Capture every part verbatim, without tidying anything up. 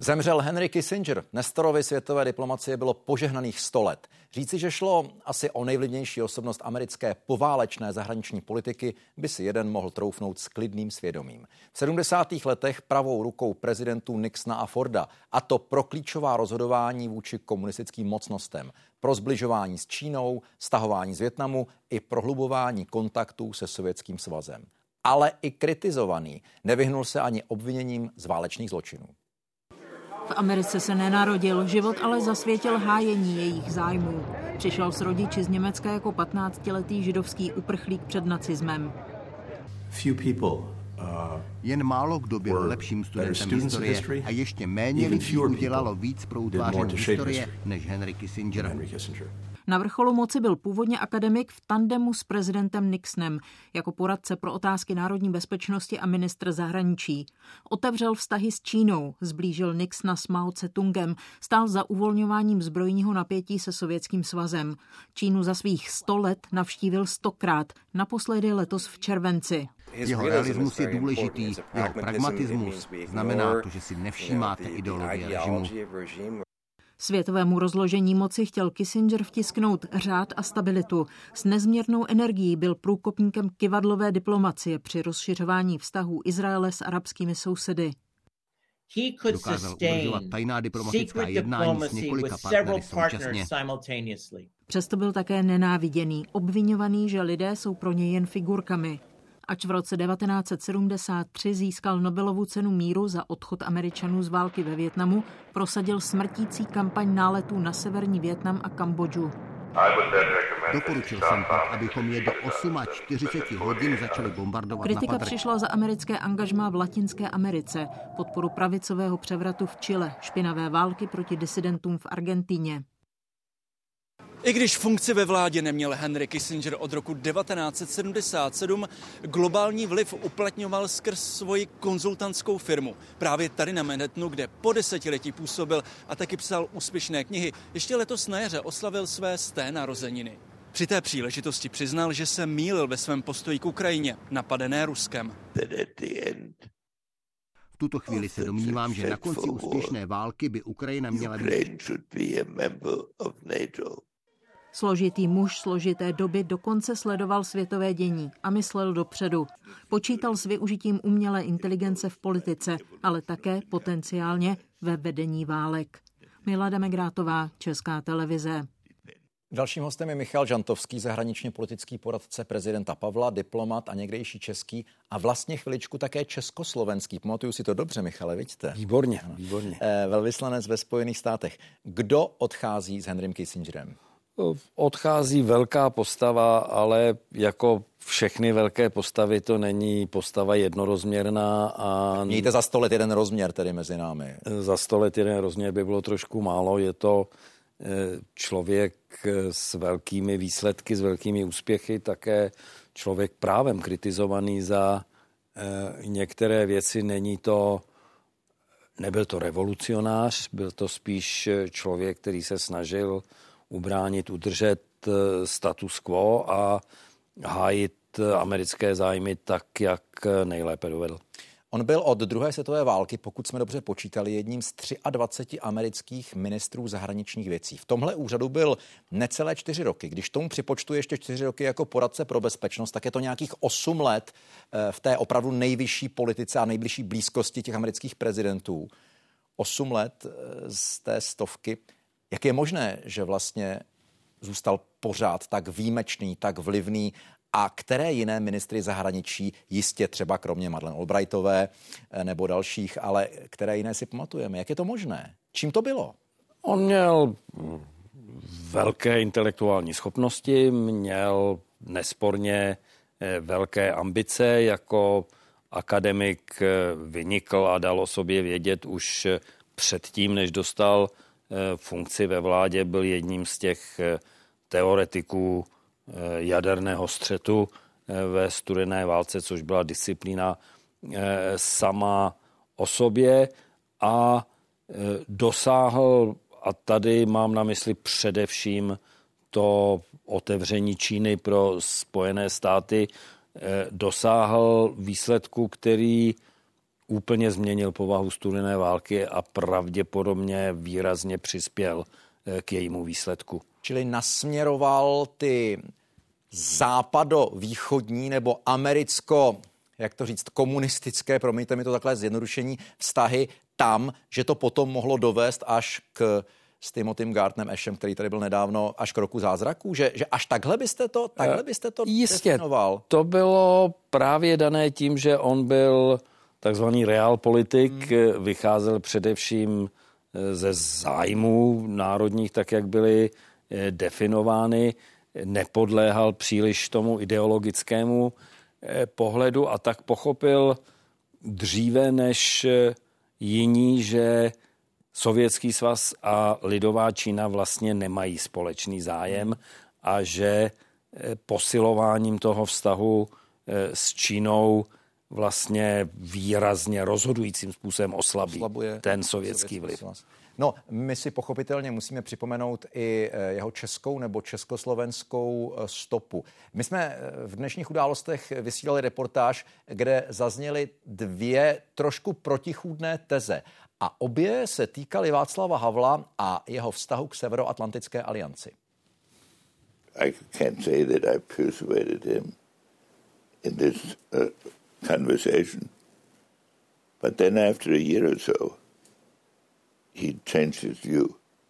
Zemřel Henry Kissinger. Nestorovi světové diplomacie bylo požehnaných sto let. Říci, že šlo asi o nejvlivnější osobnost americké poválečné zahraniční politiky, by si jeden mohl troufnout s klidným svědomím. V sedmdesátých letech pravou rukou prezidentů Nixona a Forda, a to pro klíčová rozhodování vůči komunistickým mocnostem, pro zbližování s Čínou, stahování z Vietnamu i prohlubování kontaktů se Sovětským svazem. Ale i kritizovaný, nevyhnul se ani obviněním z válečných zločinů. V Americe se nenarodil, život ale zasvětil hájení jejich zájmů. Přišel s rodiči z Německa jako patnáctiletý židovský uprchlík před nacismem. Jen málo kdo byl lepším studentem historie a ještě méně lidí udělalo víc pro utváření historie než Henry Kissinger. Na vrcholu moci byl původně akademik v tandemu s prezidentem Nixonem jako poradce pro otázky národní bezpečnosti a ministr zahraničí. Otevřel vztahy s Čínou, zblížil Nixona s Mao Tse-tungem, stál za uvolňováním zbrojního napětí se Sovětským svazem. Čínu za svých sto let navštívil stokrát, naposledy letos v červenci. Jeho realismus je důležitý, jeho pragmatismus znamená to, že si nevšímáte ideologie režimu. Světovému rozložení moci chtěl Kissinger vtisknout řád a stabilitu. S nezměrnou energií byl průkopníkem kyvadlové diplomacie při rozšiřování vztahů Izraele s arabskými sousedy. Dokázal udržovat tajná diplomatická jednání s několika partnery současně. Přesto byl také nenáviděný, obviňovaný, že lidé jsou pro něj jen figurkami. Ač v roce devatenáct set sedmdesát tři získal Nobelovu cenu míru za odchod Američanů z války ve Vietnamu, prosadil smrtící kampaň náletů na severní Vietnam a Kambodžu. Doporučil jsem pak, abychom je do čtyřicet osm hodin začali bombardovat. Kritika napadry. přišla za americké angažmá v Latinské Americe, podporu pravicového převratu v Chile, špinavé války proti disidentům v Argentíně. I když funkci ve vládě neměl Henry Kissinger od roku devatenáct set sedmdesát sedm, globální vliv uplatňoval skrz svoji konzultantskou firmu. Právě tady na Manhattanu, kde po desetiletí působil a taky psal úspěšné knihy, ještě letos na jaře oslavil své sté narozeniny. Při té příležitosti přiznal, že se mýlil ve svém postoji k Ukrajině, napadené Ruskem. V tuto chvíli se domnívám, že na konci úspěšné války by Ukrajina měla být Složitý muž složité doby dokonce sledoval světové dění a myslel dopředu. Počítal s využitím umělé inteligence v politice, ale také potenciálně ve vedení válek. Milada Megrátová, Česká televize. Dalším hostem je Michal Žantovský, zahraničně politický poradce prezidenta Pavla, diplomat a někdejší český a vlastně chviličku také československý. Pamatuju si to dobře, Michale, vidíte? Výborně, výborně. Eh, velvyslanec ve Spojených státech. Kdo odchází s Henrym Kissingerem? Odchází velká postava, ale jako všechny velké postavy to není postava jednorozměrná. A mějte za sto let jeden rozměr tedy mezi námi. Za sto let jeden rozměr by bylo trošku málo. Je to člověk s velkými výsledky, s velkými úspěchy, také člověk právem kritizovaný za některé věci. Není to, nebyl to revolucionář, byl to spíš člověk, který se snažil ubránit, udržet status quo a hájit americké zájmy tak, jak nejlépe dovedl. On byl od druhé světové války, pokud jsme dobře počítali, jedním z dvaceti tří amerických ministrů zahraničních věcí. V tomhle úřadu byl necelé čtyři roky. Když tomu připočtu ještě čtyři roky jako poradce pro bezpečnost, tak je to nějakých osm let v té opravdu nejvyšší politice a nejbližší blízkosti těch amerických prezidentů. Osm let z té stovky. Jak je možné, že vlastně zůstal pořád tak výjimečný, tak vlivný a které jiné ministry zahraničí, jistě třeba kromě Madeleine Albrightové nebo dalších, ale které jiné si pamatujeme? Jak je to možné? Čím to bylo? On měl velké intelektuální schopnosti, měl nesporně velké ambice, jako akademik vynikl a dal o sobě vědět už předtím, než dostal funkci ve vládě, byl jedním z těch teoretiků jaderného střetu ve studené válce, což byla disciplína sama o sobě a dosáhl, a tady mám na mysli především to otevření Číny pro Spojené státy, dosáhl výsledku, který úplně změnil povahu studené války a pravděpodobně výrazně přispěl k jejímu výsledku. Čili nasměroval ty západo-východní nebo americko, jak to říct, komunistické, promiňte mi to takhle zjednodušení, vztahy tam, že to potom mohlo dovést až k s Timothym Gartonem Ashem, který tady byl nedávno, až k roku zázraků, že, že až takhle byste to, takhle byste to Jistě, definoval? To bylo právě dané tím, že on byl takzvaný realpolitik, hmm. vycházel především ze zájmů národních, tak jak byly definovány, nepodléhal příliš tomu ideologickému pohledu a tak pochopil dříve než jiní, že Sovětský svaz a lidová Čína vlastně nemají společný zájem a že posilováním toho vztahu s Čínou vlastně výrazně rozhodujícím způsobem oslabí Oslabuje ten sovětský vliv. Svaz. No, my si pochopitelně musíme připomenout i jeho českou nebo československou stopu. My jsme v dnešních událostech vysílali reportáž, kde zazněly dvě trošku protichůdné teze. A obě se týkaly Václava Havla a jeho vztahu k Severoatlantické alianci. I can't say that I persuaded him in this uh, conversation. But then after a year or so, he changed his view.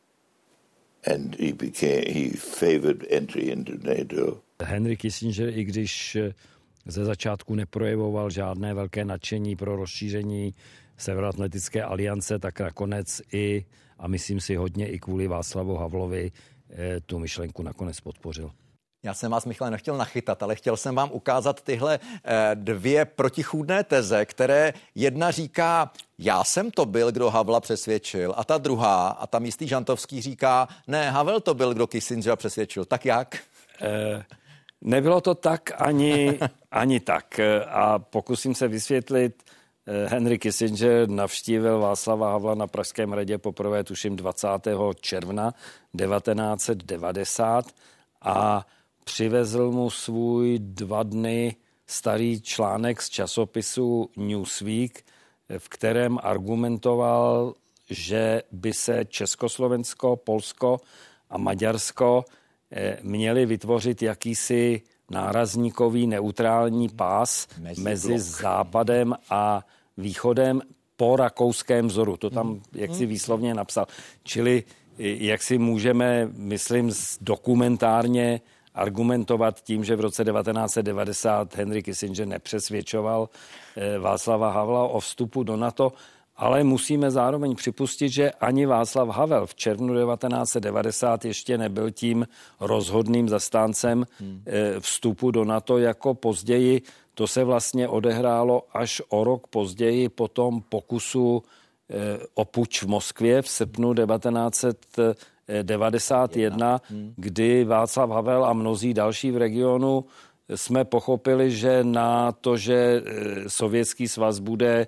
And he became, he favored entry into NATO. Henry Kissinger, i když ze začátku neprojevoval žádné velké nadšení pro rozšíření Severoatlantické aliance, tak nakonec i, a myslím si hodně i kvůli Václavu Havlovi, tu myšlenku nakonec podpořil. Já jsem vás, Michale, nechtěl nachytat, ale chtěl jsem vám ukázat tyhle dvě protichůdné teze, které jedna říká, já jsem to byl, kdo Havla přesvědčil, a ta druhá, a tam jistý Žantovský říká, ne, Havel to byl, kdo Kissingera přesvědčil. Tak jak? Eh, nebylo to tak ani, ani tak. A pokusím se vysvětlit. Henry Kissinger navštívil Václava Havla na Pražském hradě poprvé tuším dvacátého června devatenáct set devadesát a přivezl mu svůj dva dny starý článek z časopisu Newsweek, v kterém argumentoval, že by se Československo, Polsko a Maďarsko měli vytvořit jakýsi nárazníkový neutrální pás mezi, mezi západem a východem po rakouském vzoru. To tam jak si výslovně napsal. Čili jak si můžeme, myslím, dokumentárně argumentovat tím, že v roce devatenáct set devadesát Henry Kissinger nepřesvědčoval Václava Havla o vstupu do NATO, ale musíme zároveň připustit, že ani Václav Havel v červnu devatenáct set devadesát ještě nebyl tím rozhodným zastáncem hmm. vstupu do NATO jako později. To se vlastně odehrálo až o rok později po tom pokusu o puč v Moskvě v srpnu devatenáct set devadesát jedna, hmm. kdy Václav Havel a mnozí další v regionu jsme pochopili, že na to, že Sovětský svaz bude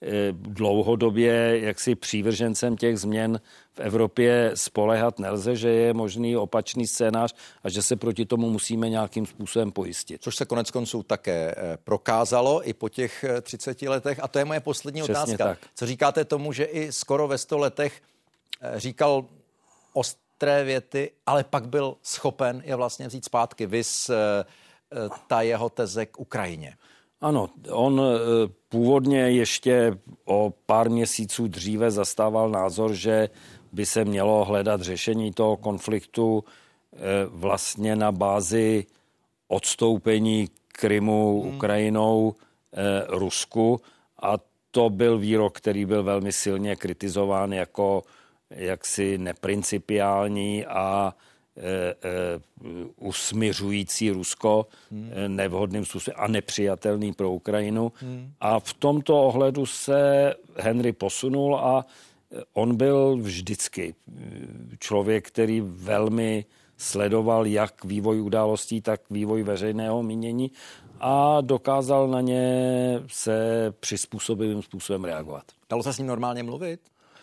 dlouhodobě jaksi přívržencem těch změn v Evropě spoléhat nelze, že je možný opačný scénář a že se proti tomu musíme nějakým způsobem pojistit. Což se konec konců také prokázalo i po těch třiceti letech. A to je moje poslední Přesně otázka. Tak. Co říkáte tomu, že i skoro ve sto letech říkal ostré věty, ale pak byl schopen je vlastně vzít zpátky, vys ta jeho teze k Ukrajině? Ano, on původně ještě o pár měsíců dříve zastával názor, že by se mělo hledat řešení toho konfliktu vlastně na bázi odstoupení Krymu hmm. Ukrajinou Rusku a to byl výrok, který byl velmi silně kritizován jako jaksi neprincipiální a E, e, usmiřující Rusko hmm. nevhodným způsobem a nepřijatelný pro Ukrajinu. Hmm. A v tomto ohledu se Henry posunul a on byl vždycky člověk, který velmi sledoval jak vývoj událostí, tak vývoj veřejného mínění a dokázal na ně se přizpůsobivým způsobem reagovat. Dalo se s ním normálně mluvit?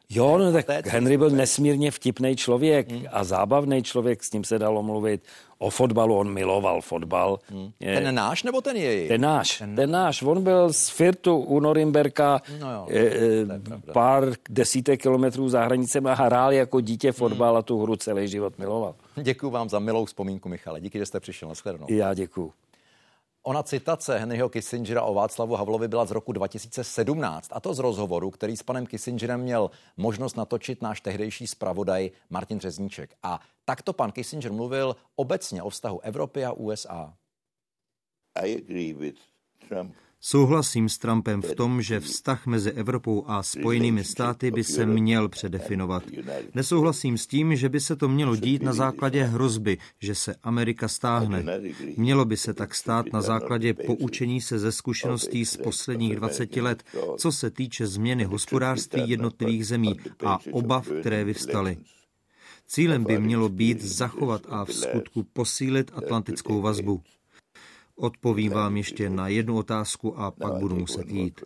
Jo, no tak Henry byl nesmírně vtipný člověk hmm. a zábavný člověk, s ním se dalo mluvit. O fotbalu, on miloval fotbal. Hmm. Ten náš nebo ten jej? Ten náš, ten, ten náš. On byl z Firtu u Norimberka no jo, e, pár desítek kilometrů za hranicemi a hrál jako dítě fotbal hmm. a tu hru celý život miloval. Děkuju vám za milou vzpomínku, Michale. Díky, že jste přišel. Nashledanou. Já děkuju. Ona citace Henryho Kissingera o Václavu Havlovi byla z roku dva tisíce sedmnáct, a to z rozhovoru, který s panem Kissingerem měl možnost natočit náš tehdejší zpravodaj Martin Řezníček. A takto pan Kissinger mluvil obecně o vztahu Evropy a U S A. I agree with Trump. Souhlasím s Trumpem v tom, že vztah mezi Evropou a Spojenými státy by se měl předefinovat. Nesouhlasím s tím, že by se to mělo dít na základě hrozby, že se Amerika stáhne. Mělo by se tak stát na základě poučení se ze zkušeností z posledních dvaceti let, co se týče změny hospodářství jednotlivých zemí a obav, které vyvstaly. Cílem by mělo být zachovat a v skutku posílit atlantickou vazbu. Odpovím vám ještě na jednu otázku a pak budu muset jít.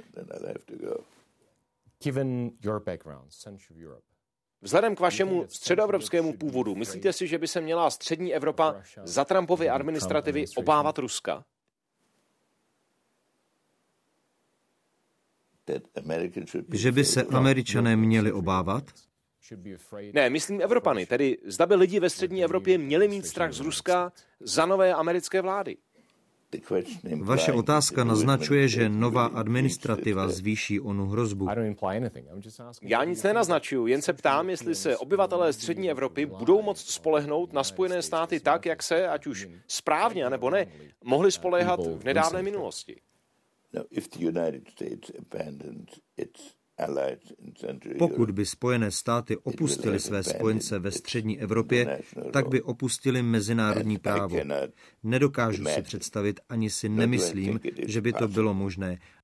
Vzhledem k vašemu středoevropskému původu, myslíte si, že by se měla střední Evropa za Trumpovy administrativy obávat Ruska? Že by se Američané měli obávat? Ne, myslím Evropany, tedy zda by lidi ve střední Evropě měli mít strach z Ruska za nové americké vlády. Vaše otázka naznačuje, že nová administrativa zvýší onu hrozbu. Já nic nenaznačuju, jen se ptám, jestli se obyvatelé střední Evropy budou moct spolehnout na Spojené státy tak, jak se, ať už správně, anebo ne, mohli spoléhat v nedávné minulosti. Pokud by Spojené státy opustily své spojence ve střední Evropě, tak by opustili mezinárodní právo. Nedokážu si představit, ani si nemyslím, že by to bylo možné,